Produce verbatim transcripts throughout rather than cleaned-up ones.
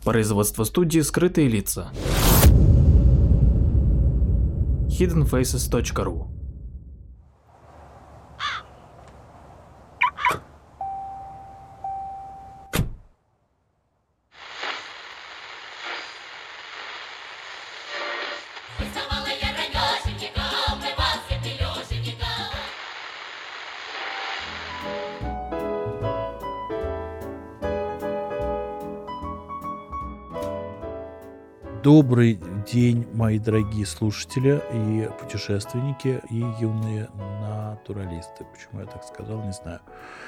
Производство студии «Скрытые лица». хидден фейсес точка ру. Добрый день, мои дорогие слушатели и путешественники, и юные натуралисты. Почему я так сказал, не знаю.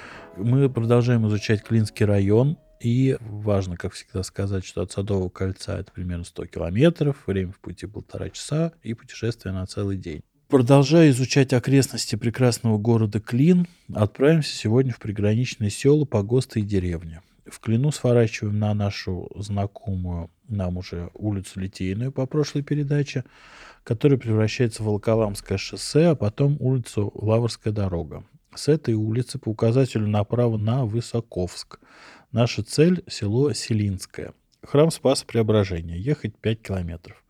Мы продолжаем изучать Клинский район, и важно, как всегда, сказать, что от Садового кольца это примерно сто километров, время в пути полтора часа и путешествие на целый день. Продолжая изучать окрестности прекрасного города Клин, отправимся сегодня в приграничные села, погосты и деревни. В Клину сворачиваем на нашу знакомую нам уже улицу Литейную по прошлой передаче, которая превращается в Волоколамское шоссе, а потом улицу Лаврская дорога. С этой улицы по указателю направо на Высоковск. Наша цель – село Селинское. Храм Спаса Преображения. Ехать пять километров.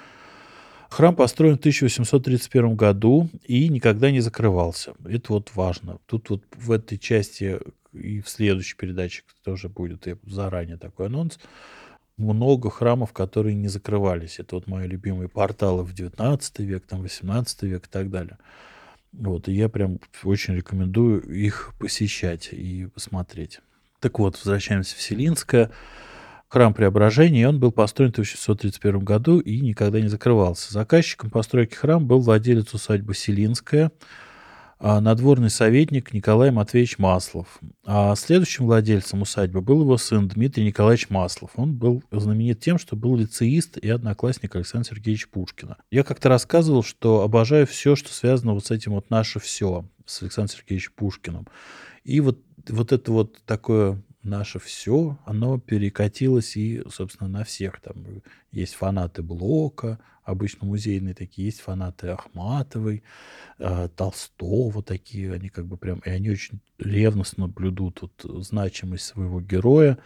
Храм построен в тысяча восемьсот тридцать первом году и никогда не закрывался. Это вот важно. Тут вот в этой части и в следующей передаче тоже будет заранее такой анонс. Много храмов, которые не закрывались. Это вот мои любимые порталы в девятнадцатый век, там восемнадцатый век и так далее. Вот, и я прям очень рекомендую их посещать и посмотреть. Так вот, возвращаемся в Селинское. Храм Преображения, и он был построен в тысяча восемьсот тридцать первом году и никогда не закрывался. Заказчиком постройки храма был владелец усадьбы Селинская, надворный советник Николай Матвеевич Маслов. А следующим владельцем усадьбы был его сын Дмитрий Николаевич Маслов. Он был знаменит тем, что был лицеист и одноклассник Александра Сергеевича Пушкина. Я как-то рассказывал, что обожаю все, что связано вот с этим вот «Наше все» с Александром Сергеевичем Пушкиным. И вот, вот это вот такое «Наше все», оно перекатилось и, собственно, на всех. Там есть фанаты Блока, обычно музейные такие, есть фанаты Ахматовой, э, Толстого такие, они как бы прям, и они очень ревностно блюдут вот значимость своего героя.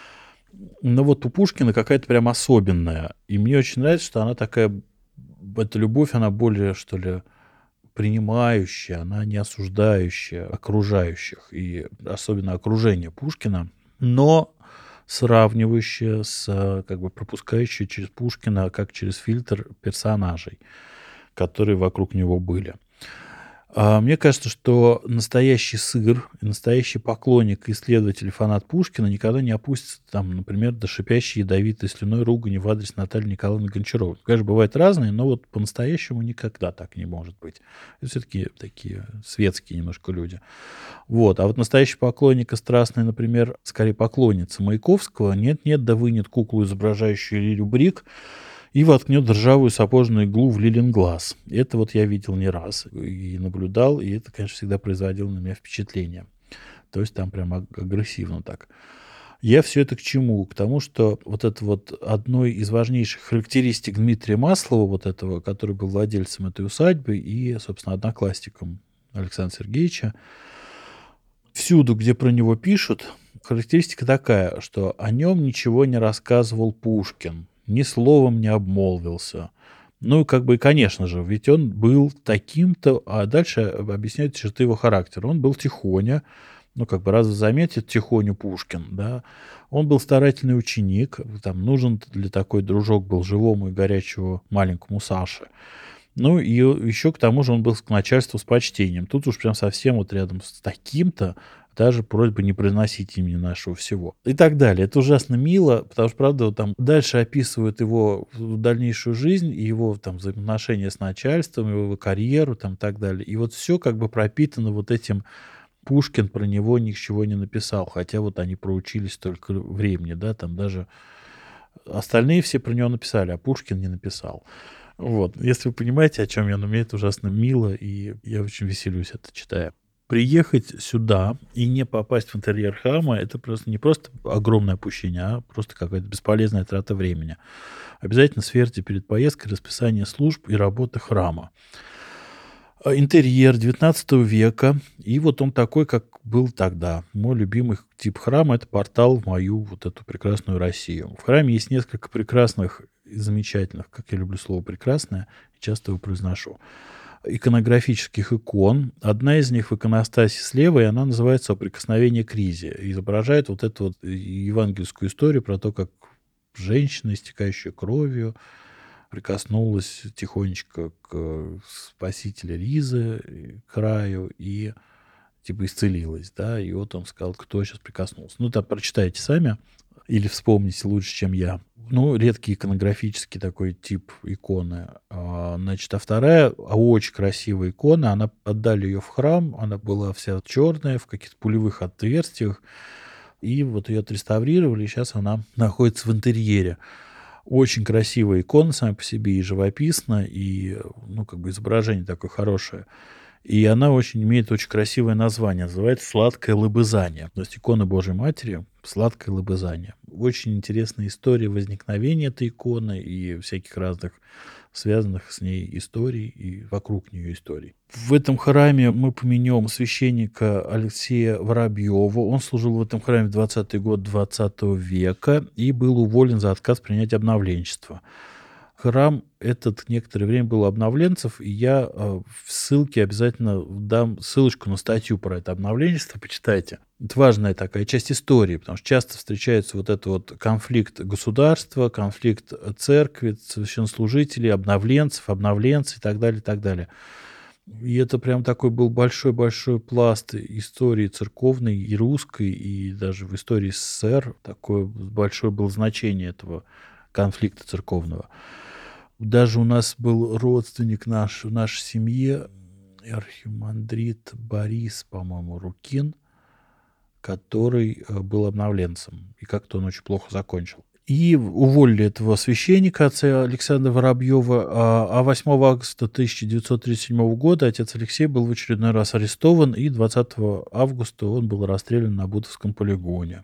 Но вот у Пушкина какая-то прям особенная. И мне очень нравится, что она такая, эта любовь, она более, что ли, принимающая, она не осуждающая окружающих, и особенно окружение Пушкина, но сравнивающая с, как бы пропускающая через Пушкина, как через фильтр персонажей, которые вокруг него были. Мне кажется, что настоящий сыр, настоящий поклонник, исследователь, фанат Пушкина никогда не опустится, там, например, до шипящей ядовитой слюной ругани в адрес Натальи Николаевны Гончаровой. Конечно, бывают разные, но вот по-настоящему никогда так не может быть. Это все-таки такие светские немножко люди. Вот. А вот настоящий поклонник и страстный, например, скорее поклонница Маяковского, нет-нет, да вынет куклу, изображающую Лилю Брик, и воткнет ржавую сапожную иглу в Лилин глаз. Это вот я видел не раз и наблюдал, и это, конечно, всегда производило на меня впечатление. То есть там прям агрессивно так. Я все это к чему? К тому, что вот это вот одной из важнейших характеристик Дмитрия Маслова, вот этого, который был владельцем этой усадьбы и, собственно, одноклассником Александра Сергеевича, всюду, где про него пишут, характеристика такая, что о нем ничего не рассказывал Пушкин, ни словом не обмолвился. Ну, как бы, конечно же, ведь он был таким-то, а дальше объясняют черты его характера. Он был тихоня, ну, как бы, раз вы заметите, тихоню Пушкин, да. Он был старательный ученик, там нужен для такой дружок был живому и горячему маленькому Саше. Ну, и еще к тому же он был к начальству с почтением. Тут уж прям совсем вот рядом с таким-то даже просьба не произносить имени нашего всего. И так далее. Это ужасно мило, потому что, правда, вот там дальше описывают его дальнейшую жизнь, и его там взаимоотношения с начальством, его карьеру там и так далее. И вот все как бы пропитано вот этим. Пушкин про него ничего не написал, хотя вот они проучились столько времени, да, там даже остальные все про него написали, а Пушкин не написал. Вот, если вы понимаете, о чем я, но мне это ужасно мило, и я очень веселюсь это читая. Приехать сюда и не попасть в интерьер храма — это просто не просто огромное опущение, а просто какая-то бесполезная трата времени. Обязательно сверьте перед поездкой расписание служб и работы храма. А, интерьер девятнадцатого века. И вот он такой, как был тогда. Мой любимый тип храма — это портал в мою вот эту прекрасную Россию. В храме есть несколько прекрасных и замечательных, как я люблю слово "прекрасное", часто его произношу, иконографических икон. Одна из них в иконостасе слева, и она называется "О Кризе". Изображает вот эту вот евангельскую историю про то, как женщина, истекающая кровью, прикоснулась тихонечко к спасителю Ризы, к краю, и типа исцелилась, да. И вот он сказал, кто сейчас прикоснулся. Ну, да, прочитайте сами или вспомните лучше, чем я. Ну, редкий иконографический такой тип иконы. А, значит, а вторая, а очень красивая икона, она отдали ее в храм, она была вся черная, в каких-то пулевых отверстиях, и вот ее отреставрировали, и сейчас она находится в интерьере. Очень красивая икона сама по себе, и живописна, и, ну, как бы изображение такое хорошее. И она очень имеет очень красивое название, называется "Сладкое лобызание". То есть икона Божией Матери "Сладкое лобызание". Очень интересная история возникновения этой иконы и всяких разных связанных с ней историй и вокруг нее историй. В этом храме мы помянем священника Алексея Воробьева. Он служил в этом храме в двадцатый год двадцатого века и был уволен за отказ принять обновленчество. Храм этот некоторое время был обновленцев, и я э, в ссылке обязательно дам ссылочку на статью про это обновленчество, почитайте. Это важная такая часть истории, потому что часто встречается вот этот вот конфликт государства, конфликт церкви, священнослужителей, обновленцев, обновленцев и так далее, и так далее. И это прям такой был большой-большой пласт истории церковной и русской, и даже в истории СССР такое большое было значение этого конфликта церковного. Даже у нас был родственник наш в нашей семье, архимандрит Борис, по-моему, Рукин, который э, был обновленцем, и как-то он очень плохо закончил. И уволили этого священника, отца Александра Воробьева, а, а восьмого августа тысяча девятьсот тридцать седьмого года отец Алексей был в очередной раз арестован, и двадцатого августа он был расстрелян на Бутовском полигоне.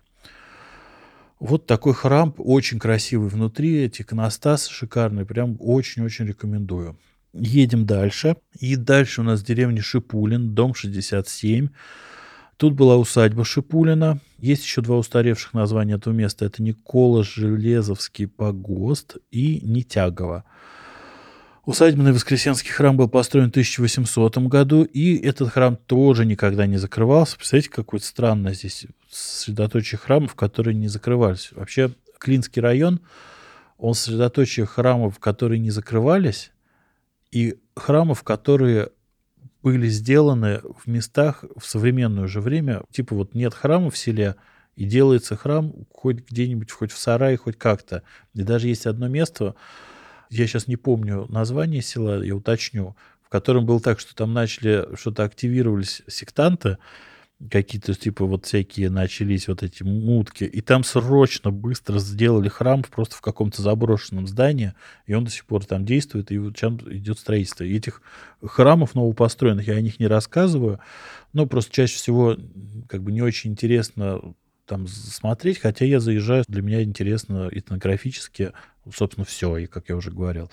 Вот такой храм, очень красивый внутри, эти иконостасы шикарные, прям очень-очень рекомендую. Едем дальше. И дальше у нас деревня Шипулин, дом шестьдесят семь. Тут была усадьба Шипулина. Есть еще два устаревших названия этого места. Это Никола-Железовский погост и Нетягово. Усадебный Воскресенский храм был построен в тысяча восьмисотом году, и этот храм тоже никогда не закрывался. Представляете, какое-то странное здесь сосредоточие храмов, которые не закрывались. Вообще, Клинский район, он сосредоточие храмов, которые не закрывались, и храмов, которые были сделаны в местах в современное же время. Типа вот нет храма в селе, и делается храм хоть где-нибудь, хоть в сарае, хоть как-то. И даже есть одно место, я сейчас не помню название села, я уточню, в котором было так, что там начали, что-то активировались сектанты, какие-то типа вот всякие начались вот эти мутки, и там срочно, быстро сделали храм просто в каком-то заброшенном здании, и он до сих пор там действует, и вот сейчас идет строительство. И этих храмов новопостроенных, я о них не рассказываю, но просто чаще всего как бы не очень интересно там смотреть, хотя я заезжаю, для меня интересно этнографически, собственно, все, и как я уже говорил.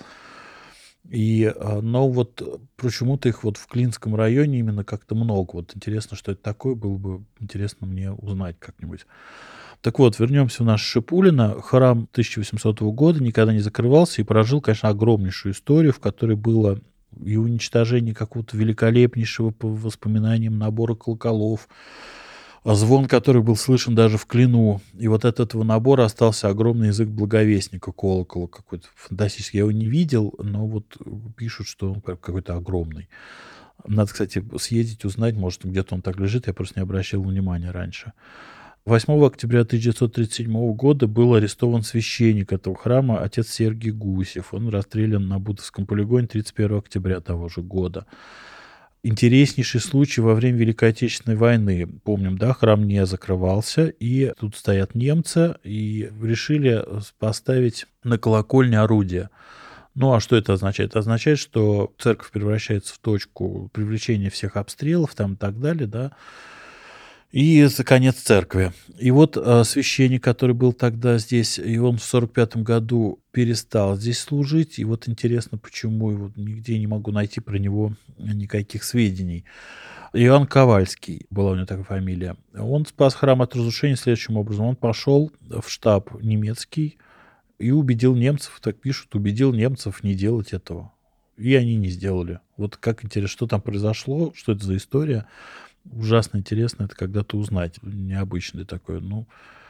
И, но вот почему-то их вот в Клинском районе именно как-то много. Вот интересно, что это такое, было бы интересно мне узнать как-нибудь. Так вот, вернемся в наш Шипулино. Храм тысяча восьмисотого года никогда не закрывался и прожил, конечно, огромнейшую историю, в которой было и уничтожение какого-то великолепнейшего по воспоминаниям набора колоколов, звон, который был слышен даже в Клину. И вот от этого набора остался огромный язык благовестника, колокола какой-то фантастический. Я его не видел, но вот пишут, что он какой-то огромный. Надо, кстати, съездить, узнать, может, где-то он так лежит, я просто не обращал внимания раньше. восьмого октября тысяча девятьсот тридцать седьмого года был арестован священник этого храма, отец Сергий Гусев. Он расстрелян на Бутовском полигоне тридцать первого октября того же года. Интереснейший случай во время Великой Отечественной войны. Помним, да, храм не закрывался, и тут стоят немцы, и решили поставить на колокольне орудие. Ну, а что это означает? Это означает, что церковь превращается в точку привлечения всех обстрелов там и так далее, да. И за конец церкви. И вот э, священник, который был тогда здесь, и он в сорок пятом году перестал здесь служить. И вот интересно, почему его нигде не могу найти про него никаких сведений. Иоанн Ковальский была у него такая фамилия. Он спас храм от разрушения следующим образом. Он пошел в штаб немецкий и убедил немцев, так пишут, убедил немцев не делать этого. И они не сделали. Вот как интересно, что там произошло, что это за история. Ужасно интересно это когда-то узнать. Необычное такое. Ну,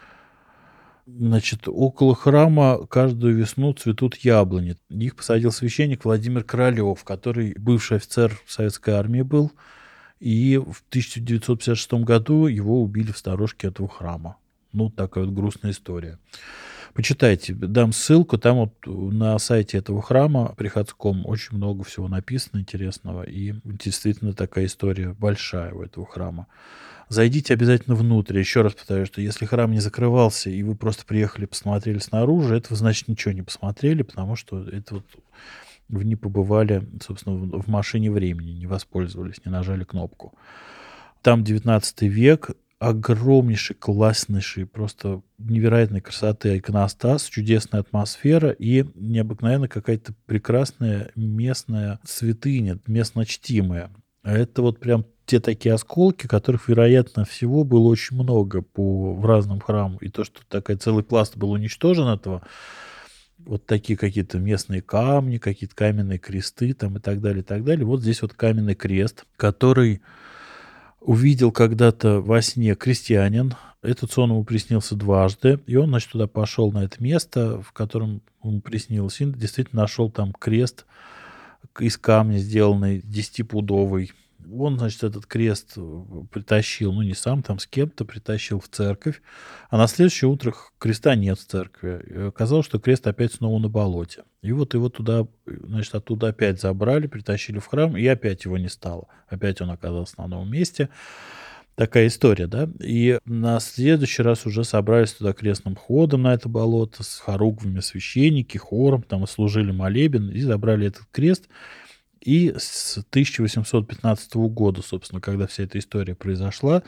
значит, около храма каждую весну цветут яблони. Их посадил священник Владимир Королёв, который бывший офицер советской армии был. И в тысяча девятьсот пятьдесят шестом году его убили в сторожке этого храма. Ну, такая вот грустная история. Почитайте, дам ссылку, там вот на сайте этого храма приходском очень много всего написано интересного, и действительно такая история большая у этого храма. Зайдите обязательно внутрь. Еще раз повторяю, что если храм не закрывался, и вы просто приехали, посмотрели снаружи, это вы, значит, ничего не посмотрели, потому что это вот вы не побывали, собственно, в в машине времени, не воспользовались, не нажали кнопку. Там девятнадцатый век, огромнейший, класснейший, просто невероятной красоты иконостас, чудесная атмосфера и необыкновенно какая-то прекрасная местная святыня, местно чтимая. А это вот прям те такие осколки, которых, вероятно всего, было очень много по в разным храмам. И то, что такой целый пласт был уничтожен этого, вот такие какие-то местные камни, какие-то каменные кресты там и так далее, и так далее. Вот здесь вот каменный крест, который увидел когда-то во сне крестьянин. Этот сон ему приснился дважды. И он, значит, туда пошел, на это место, в котором ему приснилось. И действительно нашел там крест из камня, сделанный десятипудовый. Он, значит, этот крест притащил, ну, не сам, там с кем-то притащил в церковь. А на следующее утро креста нет в церкви. И оказалось, что крест опять снова на болоте. И вот его туда, значит, оттуда опять забрали, притащили в храм, и опять его не стало. Опять он оказался на новом месте. Такая история, да? И на следующий раз уже собрались туда крестным ходом на это болото с хоругвями священники, хором, там и служили молебен, и забрали этот крест. И с тысяча восемьсот пятнадцатого года, собственно, когда вся эта история произошла,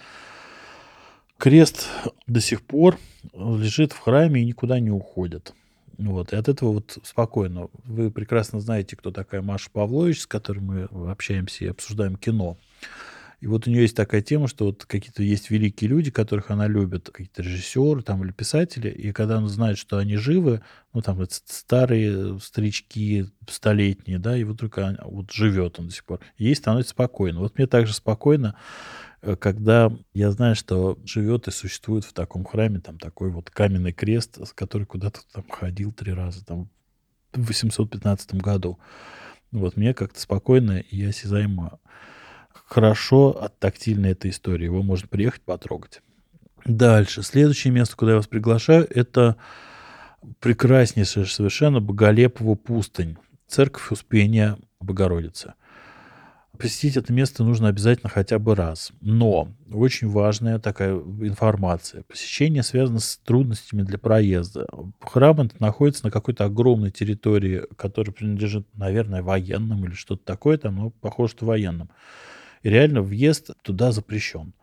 крест до сих пор лежит в храме и никуда не уходит. Вот. И от этого вот спокойно. Вы прекрасно знаете, кто такая Маша Павлович, с которой мы общаемся и обсуждаем кино. И вот у нее есть такая тема, что вот какие-то есть великие люди, которых она любит, какие-то режиссеры там или писатели, и когда она знает, что они живы, ну там это старые старички, столетние, да, и вот только она- вот живет он до сих пор, ей становится спокойно. Вот мне также спокойно, э, когда я знаю, что живет и существует в таком храме там такой вот каменный крест, с который куда-то там ходил три раза, там в восемьсот пятнадцатом году. Вот мне как-то спокойно и осязаемо хорошо от тактильной этой истории. Его можно приехать потрогать. Дальше. Следующее место, куда я вас приглашаю, это прекраснейшая совершенно Боголепова пустынь. Церковь Успения Богородицы. Посетить это место нужно обязательно хотя бы раз. Но очень важная такая информация. Посещение связано с трудностями для проезда. Храм этот находится на какой-то огромной территории, которая принадлежит, наверное, военным или что-то такое там, но похоже, что военным. И реально въезд туда запрещен.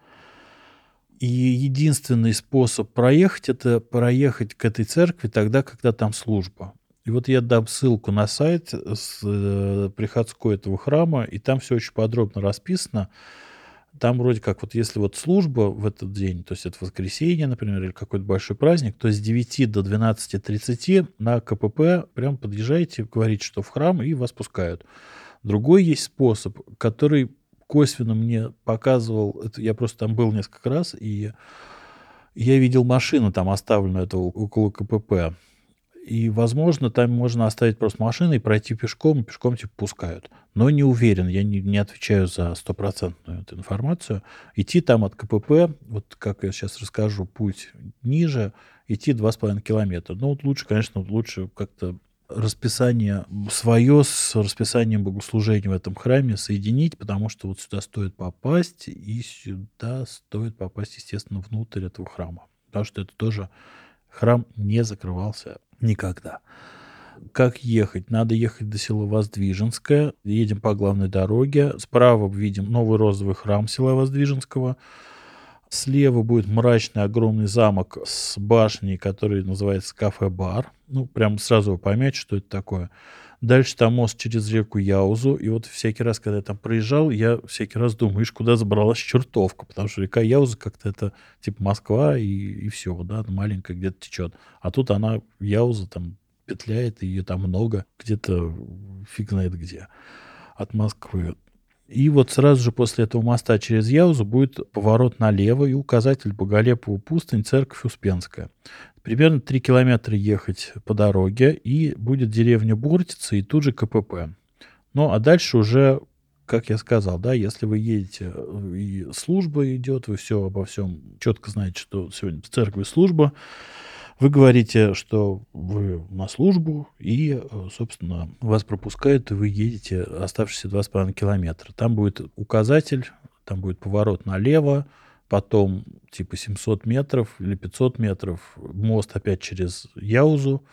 И единственный способ проехать — это проехать к этой церкви тогда, когда там служба. И вот я дам ссылку на сайт с э, приходской этого храма, и там все очень подробно расписано. Там вроде как вот если вот служба в этот день, то есть это воскресенье, например, или какой-то большой праздник, то с девяти до двенадцати тридцати на КПП прям подъезжаете, говорите, что в храм, и вас пускают. Другой есть способ, который косвенно мне показывал, это я просто там был несколько раз, и я видел машину там оставленную это около КПП. И, возможно, там можно оставить просто машину и пройти пешком, и пешком типа пускают. Но не уверен, я не, не отвечаю за стопроцентную эту информацию. Идти там от КПП, вот как я сейчас расскажу, путь ниже, идти два с половиной километра. Ну, вот лучше, конечно, лучше как-то расписание свое с расписанием богослужения в этом храме соединить, потому что вот сюда стоит попасть, и сюда стоит попасть, естественно, внутрь этого храма. Потому что это тоже храм не закрывался никогда. Как ехать? Надо ехать до села Воздвиженское. Едем по главной дороге. Справа видим новый розовый храм села Воздвиженского. Слева будет мрачный огромный замок с башней, который называется кафе-бар. Ну, прям сразу вы поймете, что это такое. Дальше там мост через реку Яузу. И вот всякий раз, когда я там проезжал, я всякий раз думаю, ишь, куда забралась чертовка. Потому что река Яуза как-то это типа Москва и, и все, да, маленькая где-то течет. А тут она, Яуза, там петляет, и ее там много, где-то фиг знает где, от Москвы. И вот сразу же после этого моста через Яузу будет поворот налево и указатель Боголепова пустынь, церковь Успенская. Примерно три километра ехать по дороге, и будет деревня Бортица, и тут же КПП. Ну, а дальше уже, как я сказал, да, если вы едете, э, и служба идет, вы все обо всем четко знаете, что сегодня в церкви служба, вы говорите, что вы на службу, и, э, собственно, вас пропускают, и вы едете оставшиеся два с половиной километра. Там будет указатель, там будет поворот налево, потом типа семьсот метров или пятьсот метров, мост опять через Яузу,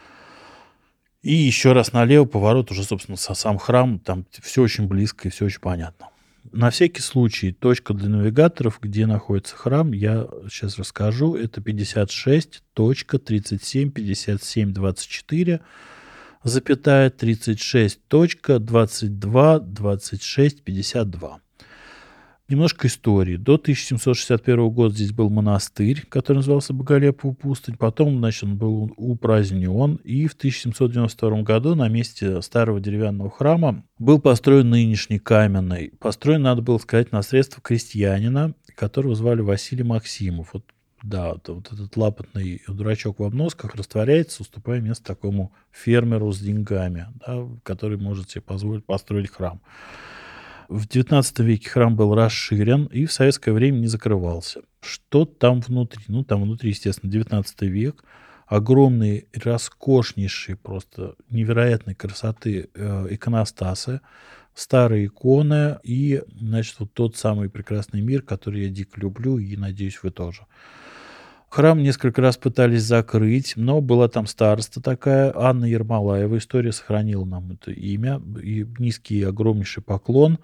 и еще раз налево поворот уже, собственно, со сам храм. Там все очень близко и все очень понятно. На всякий случай, точка для навигаторов, где находится храм, я сейчас расскажу. Это пятьдесят шесть точка тридцать семь пятьдесят семь двадцать четыре, запятая тридцать шесть точка двадцать два двадцать шесть пятьдесят два. Немножко истории. До тысяча семьсот шестьдесят первого года здесь был монастырь, который назывался Боголепова пустынь. Потом, значит, он был упразднен. И в тысяча семьсот девяносто втором году на месте старого деревянного храма был построен нынешний каменный. Построен, надо было сказать, на средства крестьянина, которого звали Василий Максимов. Вот, да, вот, вот этот лапотный дурачок в обносках растворяется, уступая место такому фермеру с деньгами, да, который может себе позволить построить храм. В девятнадцатом веке храм был расширен и в советское время не закрывался. Что там внутри? Ну, там внутри, естественно, девятнадцатый век. Огромные, роскошнейшие, просто невероятной красоты э, иконостасы, старые иконы и, значит, вот тот самый прекрасный мир, который я дико люблю и, надеюсь, вы тоже. Храм несколько раз пытались закрыть, но была там староста такая, Анна Ермолаева. История сохранила нам это имя. И низкий, огромнейший поклон.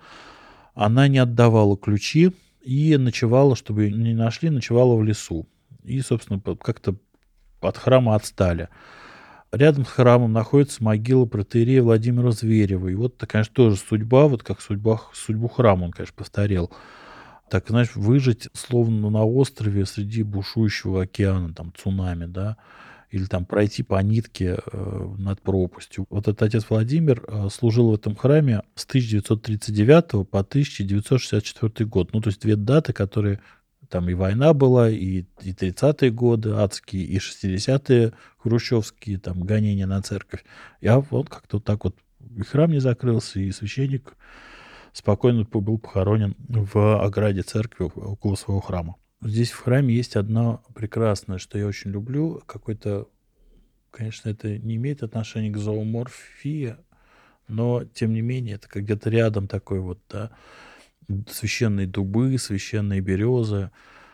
Она не отдавала ключи и ночевала, чтобы её не нашли, ночевала в лесу. И, собственно, по- как-то от храма отстали. Рядом с храмом находится могила протоиерея Владимира Зверева. И вот это, конечно, тоже судьба, вот как судьба, судьбу храма он, конечно, повторял. Так, знаешь, выжить словно на острове среди бушующего океана, там, цунами, да, или там пройти по нитке э, над пропастью. Вот этот отец Владимир э, служил в этом храме с тысяча девятьсот тридцать девятого по тысяча девятьсот шестьдесят четвёртый год. Ну, то есть две даты, которые там и война была, и, и тридцатые годы адские, и шестидесятые хрущевские, там, гонения на церковь. Я вот как-то вот так вот, и храм не закрылся, и священник спокойно был похоронен в ограде церкви около своего храма. Здесь в храме есть одно прекрасное, что я очень люблю. Какой-то, конечно, это не имеет отношения к зооморфии, но, тем не менее, это как где-то рядом такой вот, да, священные дубы, священные березы,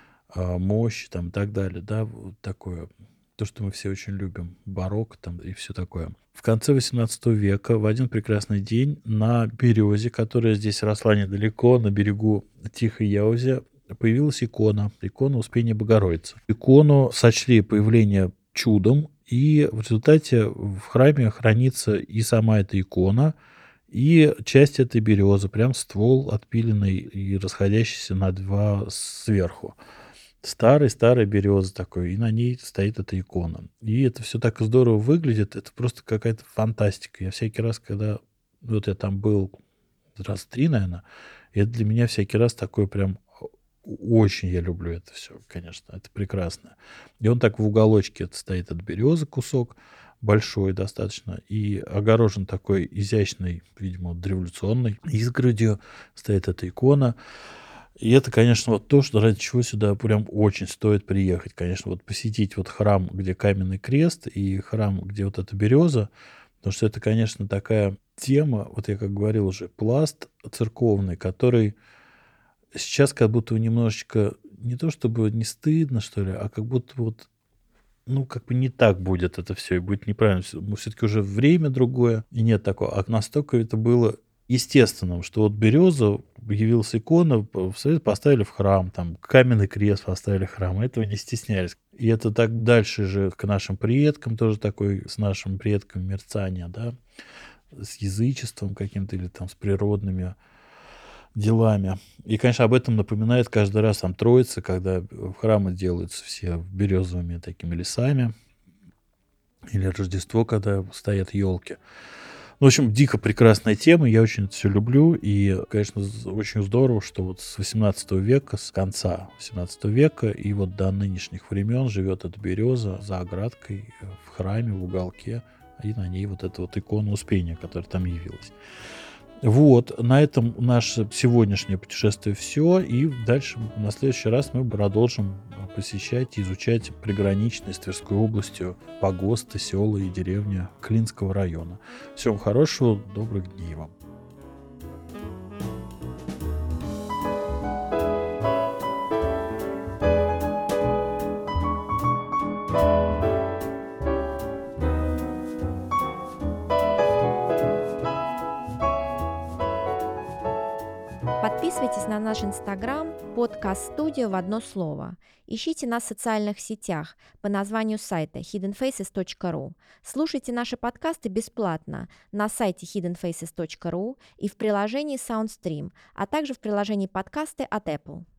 а, мощи там и так далее, да, вот такое. То, что мы все очень любим, барокко там и все такое. В конце восемнадцатого века в один прекрасный день на березе, которая здесь росла недалеко, на берегу Тихой Яузи, появилась икона, икона Успения Богородицы. Икону сочли появление чудом, и в результате в храме хранится и сама эта икона, и часть этой березы, прям ствол отпиленный и расходящийся на два сверху. Старый-старая береза такой, и на ней стоит эта икона. И это все так здорово выглядит, это просто какая-то фантастика. Я всякий раз, когда вот я там был раз три, наверное, это для меня всякий раз такой прям очень я люблю это все, конечно, это прекрасно. И он так в уголочке это стоит от березы кусок, большой достаточно, и огорожен такой изящной, видимо, дореволюционной изгородью, стоит эта икона. И это, конечно, вот то, что ради чего сюда прям очень стоит приехать. Конечно, вот посетить вот храм, где каменный крест, и храм, где вот эта береза, потому что это, конечно, такая тема, вот я как говорил уже, пласт церковный, который сейчас как будто немножечко, не то чтобы не стыдно, что ли, а как будто вот, ну, как бы не так будет это все, и будет неправильно. Все-таки уже время другое, и нет такого. А настолько это было естественным, что вот береза, явилась икона, п в совет поставили в храм, там каменный крест поставили в храм, этого не стеснялись. И это так дальше же к нашим предкам тоже такой, с нашими предками мерцание, да, с язычеством каким-то или там с природными делами. И, конечно, об этом напоминает каждый раз там Троица, когда в храмы делаются все березовыми такими лесами, или Рождество, когда стоят елки. В общем, дико прекрасная тема, я очень это всё люблю. И, конечно, з очень здорово, что вот с восемнадцатого века, с конца восемнадцатого века и вот до нынешних времен живет эта береза за оградкой, э, в храме, в уголке, и на ней вот эта вот икона Успения, которая там явилась. Вот, на этом наше сегодняшнее путешествие всё. И дальше, на следующий раз мы продолжим, э, посещать и изучать приграничные с Тверской областью погосты, села и деревни Клинского района. Всего хорошего, добрых дней вам. Подписывайтесь на наш инстаграм подкаст студия в одно слово. Ищите нас в социальных сетях по названию сайта хиден фейсес точка ру. Слушайте наши подкасты бесплатно на сайте хиден фейсес точка ру и в приложении SoundStream, а также в приложении подкасты от Apple.